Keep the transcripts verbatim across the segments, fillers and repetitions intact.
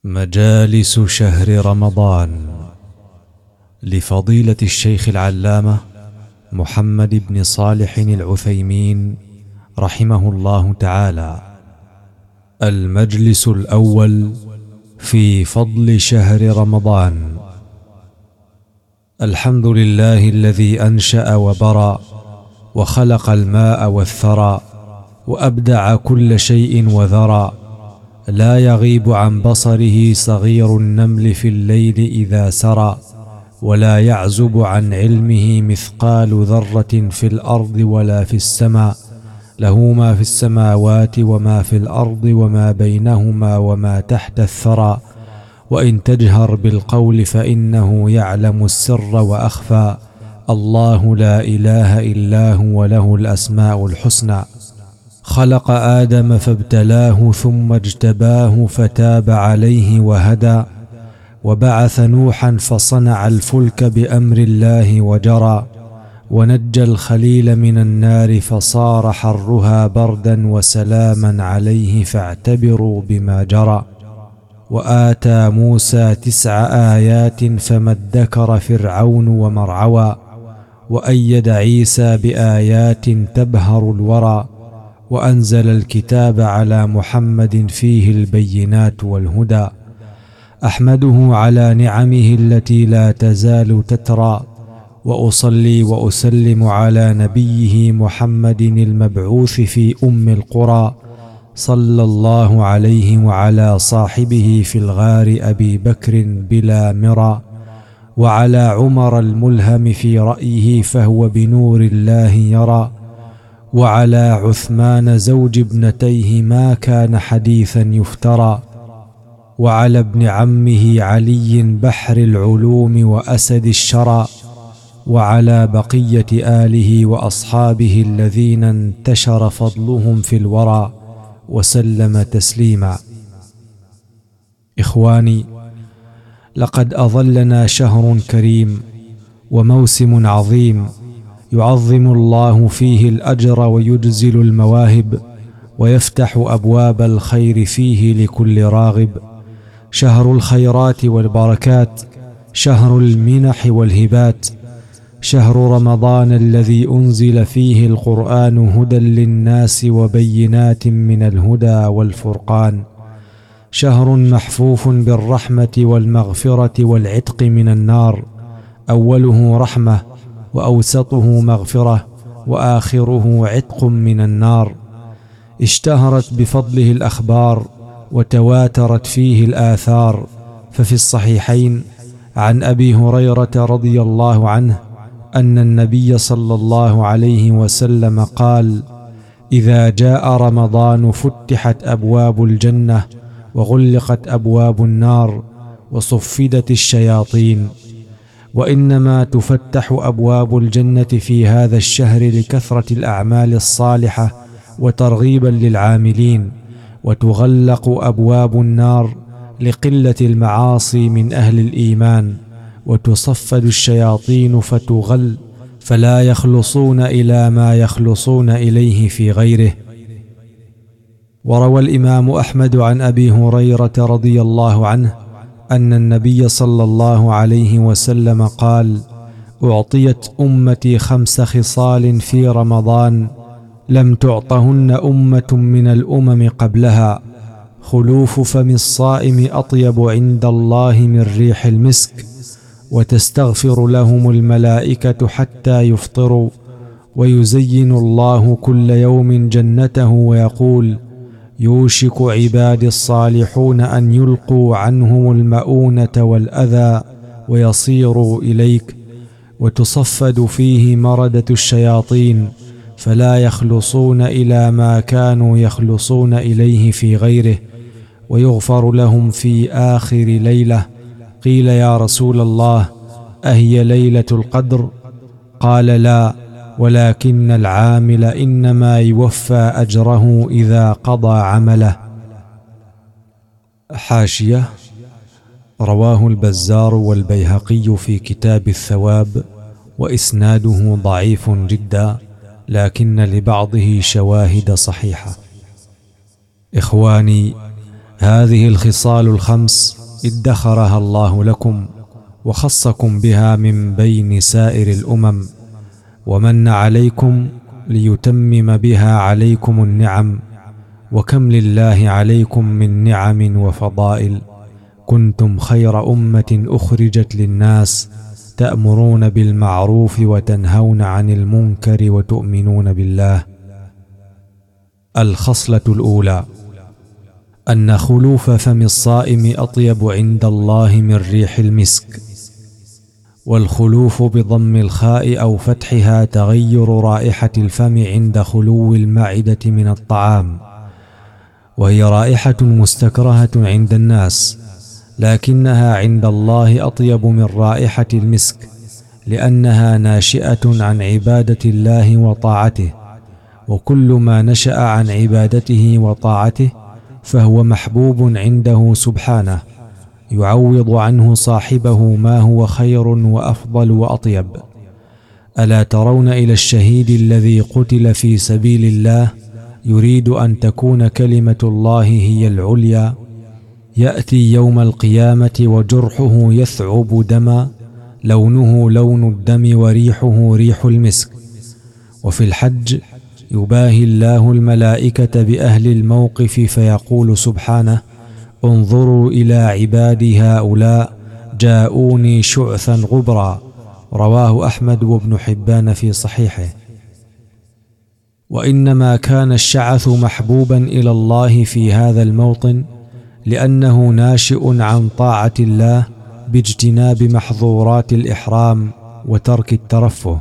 مجالس شهر رمضان لفضيلة الشيخ العلامة محمد بن صالح العثيمين رحمه الله تعالى. المجلس الأول في فضل شهر رمضان. الحمد لله الذي أنشأ وبرى وخلق الماء والثرى وأبدع كل شيء وذرى، لا يغيب عن بصره صغير النمل في الليل إذا سرى، ولا يعزب عن علمه مثقال ذرة في الأرض ولا في السماء، له ما في السماوات وما في الأرض وما بينهما وما تحت الثرى، وإن تجهر بالقول فإنه يعلم السر وأخفى، الله لا إله إلا هو له الأسماء الحسنى. خلق آدم فابتلاه ثم اجتباه فتاب عليه وهدى، وبعث نوحا فصنع الفلك بأمر الله وجرى، ونجى الخليل من النار فصار حرها بردا وسلاما عليه فاعتبروا بما جرى، وآتى موسى تسع آيات فما ادكر فرعون ومرعوى، وأيد عيسى بآيات تبهر الورى، وأنزل الكتاب على محمد فيه البينات والهدى. أحمده على نعمه التي لا تزال تترى، وأصلي وأسلم على نبيه محمد المبعوث في أم القرى، صلى الله عليه وعلى صاحبه في الغار أبي بكر بلا مرى، وعلى عمر الملهم في رأيه فهو بنور الله يرى، وعلى عثمان زوج ابنتيه ما كان حديثا يفترى، وعلى ابن عمه علي بحر العلوم وأسد الشرى، وعلى بقية آله وأصحابه الذين انتشر فضلهم في الورى، وسلم تسليما. إخواني، لقد أظلنا شهر كريم وموسم عظيم يعظم الله فيه الأجر ويجزل المواهب ويفتح أبواب الخير فيه لكل راغب، شهر الخيرات والبركات، شهر المنح والهبات، شهر رمضان الذي أنزل فيه القرآن هدى للناس وبينات من الهدى والفرقان، شهر محفوف بالرحمة والمغفرة والعتق من النار، أوله رحمة وأوسطه مغفرة وآخره عتق من النار، اشتهرت بفضله الأخبار وتواترت فيه الآثار، ففي الصحيحين عن أبي هريرة رضي الله عنه أن النبي صلى الله عليه وسلم قال: إذا جاء رمضان فتحت أبواب الجنة وغلقت أبواب النار وصفدت الشياطين. وإنما تفتح أبواب الجنة في هذا الشهر لكثرة الأعمال الصالحة وترغيبا للعاملين، وتغلق أبواب النار لقلة المعاصي من أهل الإيمان، وتصفد الشياطين فتغل فلا يخلصون إلى ما يخلصون إليه في غيره. وروى الإمام أحمد عن أبي هريرة رضي الله عنه أن النبي صلى الله عليه وسلم قال: أعطيت أمتي خمس خصال في رمضان لم تعطهن أمة من الأمم قبلها: خلوف فم الصائم أطيب عند الله من ريح المسك، وتستغفر لهم الملائكة حتى يفطروا، ويزين الله كل يوم جنته ويقول: يوشك عبادي الصالحون أن يلقوا عنهم المؤونة والأذى ويصيروا إليك، وتصفد فيه مردة الشياطين فلا يخلصون إلى ما كانوا يخلصون إليه في غيره، ويغفر لهم في آخر ليلة. قيل: يا رسول الله، أهي ليلة القدر؟ قال: لا، ولكن العامل إنما يوفى أجره إذا قضى عمله. حاشية: رواه البزار والبيهقي في كتاب الثواب، وإسناده ضعيف جدا، لكن لبعضه شواهد صحيحة. إخواني، هذه الخصال الخمس ادخرها الله لكم وخصكم بها من بين سائر الأمم، ومن عليكم ليتمم بها عليكم النعم، وكم لله عليكم من نعم وفضائل. كنتم خير أمة أخرجت للناس تأمرون بالمعروف وتنهون عن المنكر وتؤمنون بالله. الخصلة الأولى: أن خلوف فم الصائم أطيب عند الله من ريح المسك. والخلوف بضم الخاء أو فتحها تغير رائحة الفم عند خلو المعدة من الطعام، وهي رائحة مستكرهة عند الناس، لكنها عند الله أطيب من رائحة المسك، لأنها ناشئة عن عبادة الله وطاعته، وكل ما نشأ عن عبادته وطاعته فهو محبوب عنده سبحانه، يعوض عنه صاحبه ما هو خير وأفضل وأطيب. ألا ترون إلى الشهيد الذي قتل في سبيل الله يريد أن تكون كلمة الله هي العليا، يأتي يوم القيامة وجرحه يثعب دما، لونه لون الدم وريحه ريح المسك. وفي الحج يباهي الله الملائكة بأهل الموقف فيقول سبحانه: انظروا إلى عبادي هؤلاء جاءوني شعثا غبرا. رواه أحمد وابن حبان في صحيحه. وإنما كان الشعث محبوبا إلى الله في هذا الموطن لأنه ناشئ عن طاعة الله باجتناب محظورات الإحرام وترك الترفه.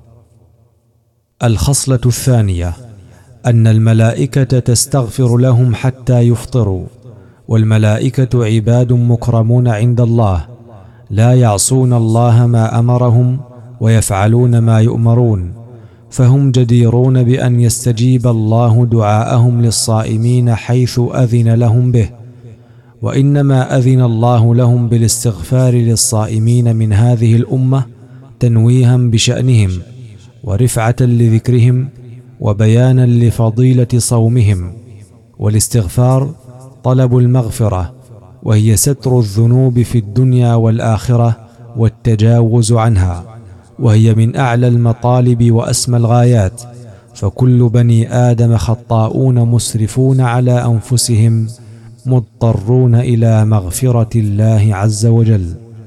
الخصلة الثانية: أن الملائكة تستغفر لهم حتى يفطروا، والملائكة عباد مكرمون عند الله، لا يعصون الله ما أمرهم ويفعلون ما يؤمرون، فهم جديرون بأن يستجيب الله دعاءهم للصائمين حيث أذن لهم به. وإنما أذن الله لهم بالاستغفار للصائمين من هذه الأمة تنويها بشأنهم ورفعة لذكرهم وبيانا لفضيلة صومهم. والاستغفار طلب المغفرة، وهي ستر الذنوب في الدنيا والآخرة والتجاوز عنها، وهي من أعلى المطالب وأسمى الغايات، فكل بني آدم خطاؤون مسرفون على أنفسهم مضطرون إلى مغفرة الله عز وجل.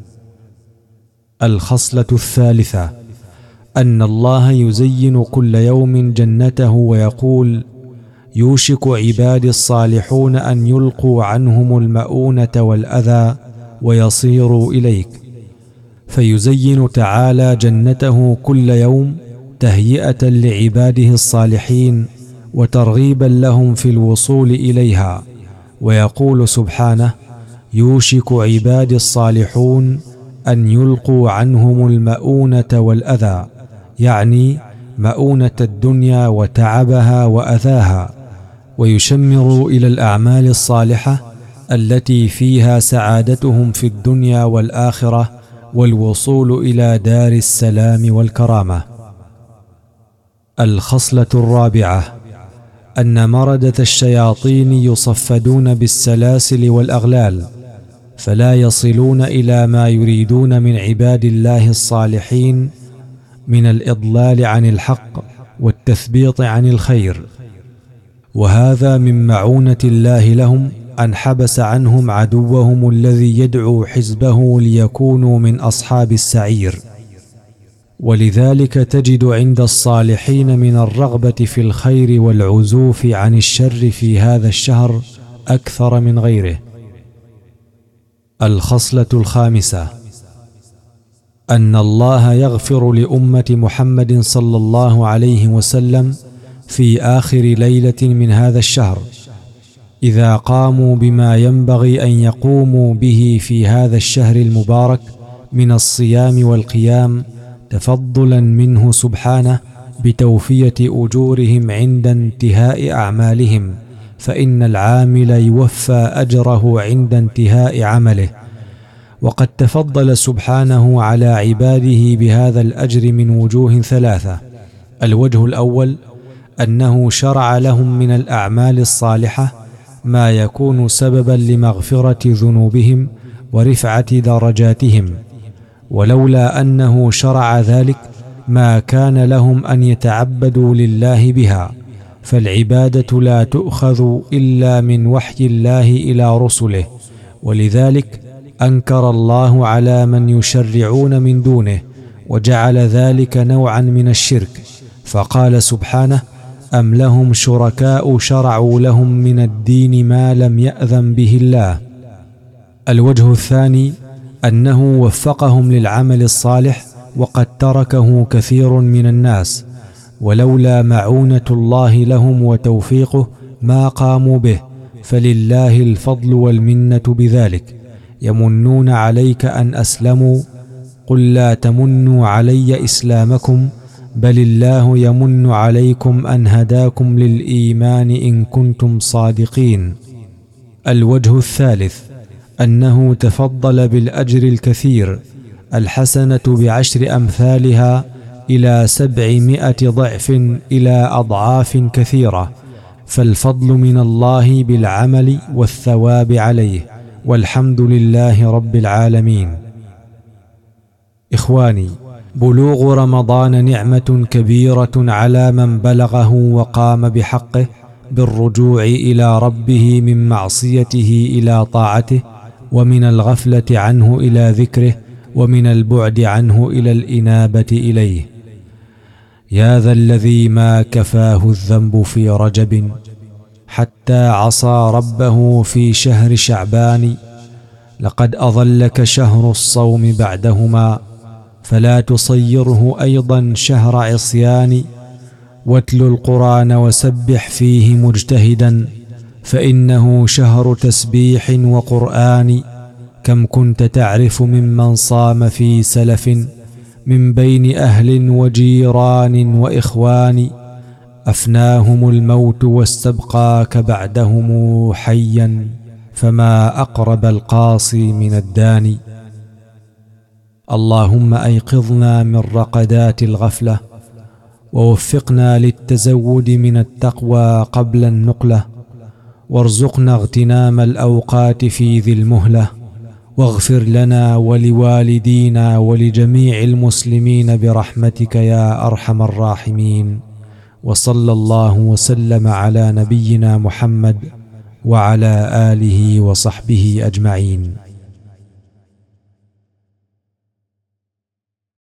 الخصلة الثالثة: أن الله يزين كل يوم جنته ويقول: يوشك عبادي الصالحون أن يلقوا عنهم المؤونة والأذى ويصيروا إليك، فيزين تعالى جنته كل يوم تهيئة لعباده الصالحين وترغيبا لهم في الوصول إليها. ويقول سبحانه: يوشك عبادي الصالحون أن يلقوا عنهم المؤونة والأذى، يعني مؤونة الدنيا وتعبها وأذاها، ويشمروا إلى الأعمال الصالحة التي فيها سعادتهم في الدنيا والآخرة والوصول إلى دار السلام والكرامة. الخصلة الرابعة: أن مردة الشياطين يصفدون بالسلاسل والأغلال، فلا يصلون إلى ما يريدون من عباد الله الصالحين من الإضلال عن الحق والتثبيط عن الخير. وهذا من معونة الله لهم أن حبس عنهم عدوهم الذي يدعو حزبه ليكونوا من أصحاب السعير. ولذلك تجد عند الصالحين من الرغبة في الخير والعزوف عن الشر في هذا الشهر أكثر من غيره. الخصلة الخامسة: أن الله يغفر لأمة محمد صلى الله عليه وسلم في آخر ليلة من هذا الشهر إذا قاموا بما ينبغي أن يقوموا به في هذا الشهر المبارك من الصيام والقيام، تفضلا منه سبحانه بتوفية أجورهم عند انتهاء أعمالهم، فإن العامل يوفى أجره عند انتهاء عمله. وقد تفضل سبحانه على عباده بهذا الأجر من وجوه ثلاثة: الوجه الأول أنه شرع لهم من الأعمال الصالحة ما يكون سببا لمغفرة ذنوبهم ورفعة درجاتهم، ولولا أنه شرع ذلك ما كان لهم أن يتعبدوا لله بها، فالعبادة لا تؤخذ إلا من وحي الله إلى رسله، ولذلك أنكر الله على من يشرعون من دونه، وجعل ذلك نوعا من الشرك، فقال سبحانه: أم لهم شركاء شرعوا لهم من الدين ما لم يأذن به الله. الوجه الثاني أنه وفقهم للعمل الصالح، وقد تركه كثير من الناس، ولولا معونة الله لهم وتوفيقه ما قاموا به، فلله الفضل والمنة بذلك. يمنون عليك أن أسلموا، قل لا تمنوا علي إسلامكم، بل الله يمن عليكم أن هداكم للإيمان إن كنتم صادقين. الوجه الثالث أنه تفضل بالأجر الكثير، الحسنة بعشر أمثالها إلى سبعمائة ضعف إلى أضعاف كثيرة، فالفضل من الله بالعمل والثواب عليه، والحمد لله رب العالمين. إخواني، بلوغ رمضان نعمة كبيرة على من بلغه وقام بحقه بالرجوع إلى ربه من معصيته إلى طاعته، ومن الغفلة عنه إلى ذكره، ومن البعد عنه إلى الإنابة إليه. يا ذا الذي ما كفاه الذنب في رجب، حتى عصى ربه في شهر شعبان، لقد أظلك شهر الصوم بعدهما، فلا تصيره أيضا شهر عصيان. واتل القرآن وسبح فيه مجتهدا، فإنه شهر تسبيح وقرآن. كم كنت تعرف ممن صام في سلف، من بين أهل وجيران وإخوان، أفناهم الموت واستبقاك بعدهم حيا، فما أقرب القاصي من الداني. اللهم أيقظنا من رقدات الغفلة، ووفقنا للتزود من التقوى قبل النقلة، وارزقنا اغتنام الأوقات في ذي المهلة، واغفر لنا ولوالدينا ولجميع المسلمين برحمتك يا أرحم الراحمين. وصلى الله وسلم على نبينا محمد وعلى آله وصحبه أجمعين.